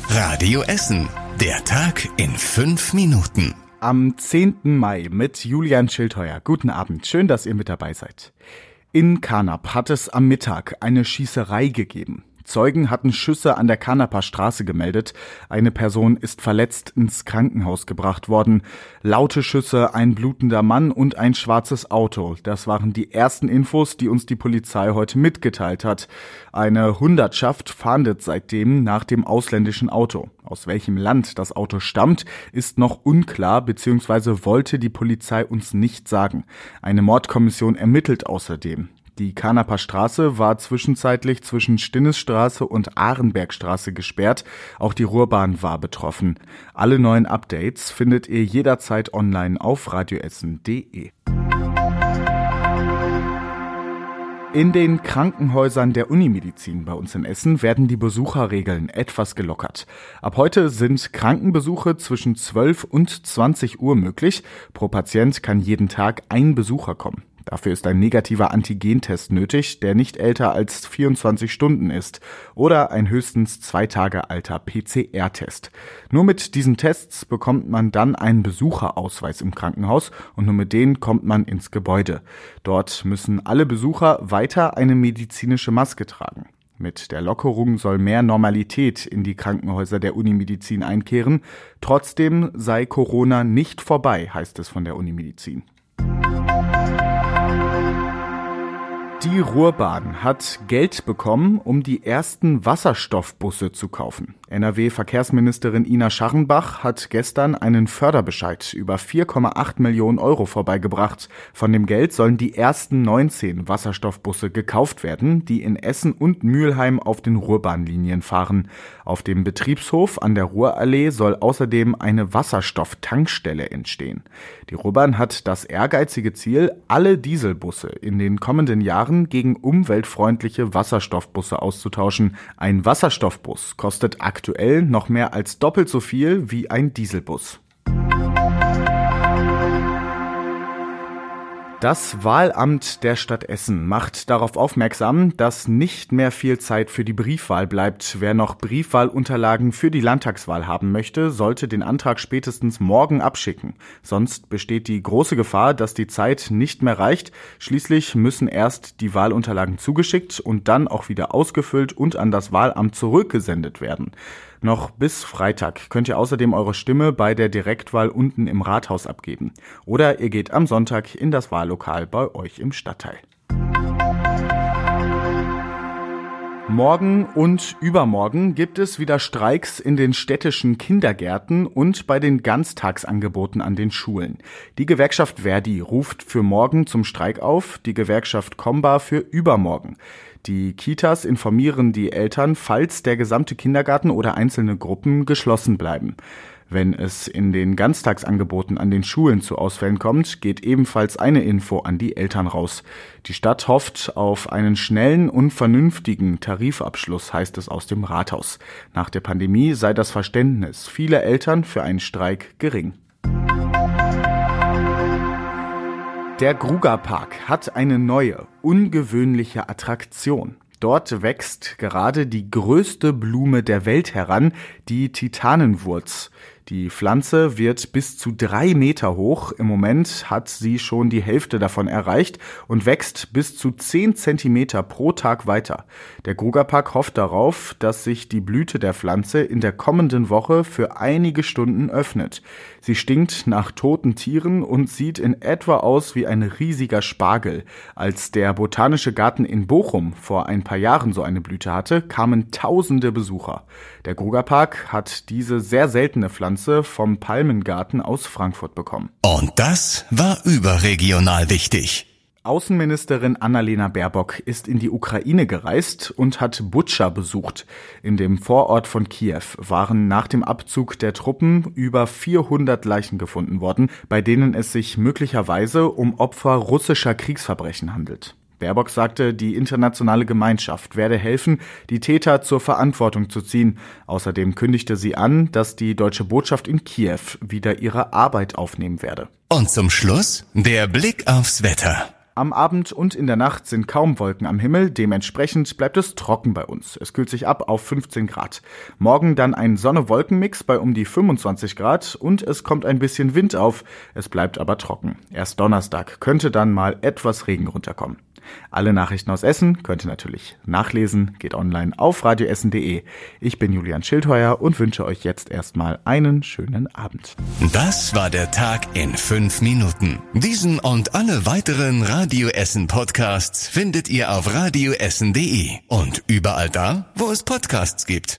Radio Essen. Der Tag in 5 Minuten. Am 10. Mai mit Julian Schildheuer. Guten Abend, schön, dass ihr mit dabei seid. In Carnap hat es am Mittag eine Schießerei gegeben. Zeugen hatten Schüsse an der Carnaper Straße gemeldet. Eine Person ist verletzt ins Krankenhaus gebracht worden. Laute Schüsse, ein blutender Mann und ein schwarzes Auto. Das waren die ersten Infos, die uns die Polizei heute mitgeteilt hat. Eine Hundertschaft fahndet seitdem nach dem ausländischen Auto. Aus welchem Land das Auto stammt, ist noch unklar bzw. wollte die Polizei uns nicht sagen. Eine Mordkommission ermittelt außerdem. Die Carnaper Straße war zwischenzeitlich zwischen Stinnesstraße und Ahrenbergstraße gesperrt. Auch die Ruhrbahn war betroffen. Alle neuen Updates findet ihr jederzeit online auf radioessen.de. In den Krankenhäusern der Unimedizin bei uns in Essen werden die Besucherregeln etwas gelockert. Ab heute sind Krankenbesuche zwischen 12 und 20 Uhr möglich. Pro Patient kann jeden Tag ein Besucher kommen. Dafür ist ein negativer Antigentest nötig, der nicht älter als 24 Stunden ist, oder ein höchstens 2 Tage alter PCR-Test. Nur mit diesen Tests bekommt man dann einen Besucherausweis im Krankenhaus und nur mit denen kommt man ins Gebäude. Dort müssen alle Besucher weiter eine medizinische Maske tragen. Mit der Lockerung soll mehr Normalität in die Krankenhäuser der Unimedizin einkehren. Trotzdem sei Corona nicht vorbei, heißt es von der Unimedizin. Die Ruhrbahn hat Geld bekommen, um die ersten Wasserstoffbusse zu kaufen. NRW-Verkehrsministerin Ina Scharrenbach hat gestern einen Förderbescheid über 4,8 Millionen Euro vorbeigebracht. Von dem Geld sollen die ersten 19 Wasserstoffbusse gekauft werden, die in Essen und Mülheim auf den Ruhrbahnlinien fahren. Auf dem Betriebshof an der Ruhrallee soll außerdem eine Wasserstofftankstelle entstehen. Die Ruhrbahn hat das ehrgeizige Ziel, alle Dieselbusse in den kommenden Jahren gegen umweltfreundliche Wasserstoffbusse auszutauschen. Ein Wasserstoffbus kostet aktuell noch mehr als doppelt so viel wie ein Dieselbus. Das Wahlamt der Stadt Essen macht darauf aufmerksam, dass nicht mehr viel Zeit für die Briefwahl bleibt. Wer noch Briefwahlunterlagen für die Landtagswahl haben möchte, sollte den Antrag spätestens morgen abschicken. Sonst besteht die große Gefahr, dass die Zeit nicht mehr reicht. Schließlich müssen erst die Wahlunterlagen zugeschickt und dann auch wieder ausgefüllt und an das Wahlamt zurückgesendet werden. Noch bis Freitag könnt ihr außerdem eure Stimme bei der Direktwahl unten im Rathaus abgeben. Oder ihr geht am Sonntag in das Wahllokal bei euch im Stadtteil. Morgen und übermorgen gibt es wieder Streiks in den städtischen Kindergärten und bei den Ganztagsangeboten an den Schulen. Die Gewerkschaft Verdi ruft für morgen zum Streik auf, die Gewerkschaft Comba für übermorgen. Die Kitas informieren die Eltern, falls der gesamte Kindergarten oder einzelne Gruppen geschlossen bleiben. Wenn es in den Ganztagsangeboten an den Schulen zu Ausfällen kommt, geht ebenfalls eine Info an die Eltern raus. Die Stadt hofft auf einen schnellen und vernünftigen Tarifabschluss, heißt es aus dem Rathaus. Nach der Pandemie sei das Verständnis vieler Eltern für einen Streik gering. Der Grugapark hat eine neue, ungewöhnliche Attraktion. Dort wächst gerade die größte Blume der Welt heran, die Titanenwurz. Die Pflanze wird bis zu 3 Meter hoch. Im Moment hat sie schon die Hälfte davon erreicht und wächst bis zu 10 Zentimeter pro Tag weiter. Der Grugapark hofft darauf, dass sich die Blüte der Pflanze in der kommenden Woche für einige Stunden öffnet. Sie stinkt nach toten Tieren und sieht in etwa aus wie ein riesiger Spargel. Als der Botanische Garten in Bochum vor ein paar Jahren so eine Blüte hatte, kamen tausende Besucher. Der Grugapark hat diese sehr seltene Pflanze vom Palmengarten aus Frankfurt bekommen. Und das war überregional wichtig. Außenministerin Annalena Baerbock ist in die Ukraine gereist und hat Butscha besucht. In dem Vorort von Kiew waren nach dem Abzug der Truppen über 400 Leichen gefunden worden, bei denen es sich möglicherweise um Opfer russischer Kriegsverbrechen handelt. Baerbock sagte, die internationale Gemeinschaft werde helfen, die Täter zur Verantwortung zu ziehen. Außerdem kündigte sie an, dass die deutsche Botschaft in Kiew wieder ihre Arbeit aufnehmen werde. Und zum Schluss der Blick aufs Wetter. Am Abend und in der Nacht sind kaum Wolken am Himmel, dementsprechend bleibt es trocken bei uns. Es kühlt sich ab auf 15 Grad. Morgen dann ein Sonne-Wolken-Mix bei um die 25 Grad und es kommt ein bisschen Wind auf, es bleibt aber trocken. Erst Donnerstag könnte dann mal etwas Regen runterkommen. Alle Nachrichten aus Essen könnt ihr natürlich nachlesen, geht online auf radioessen.de. Ich bin Julian Schildheuer und wünsche euch jetzt erstmal einen schönen Abend. Das war der Tag in 5 Minuten. Diesen und alle weiteren Radio Essen Podcasts findet ihr auf radioessen.de und überall da, wo es Podcasts gibt.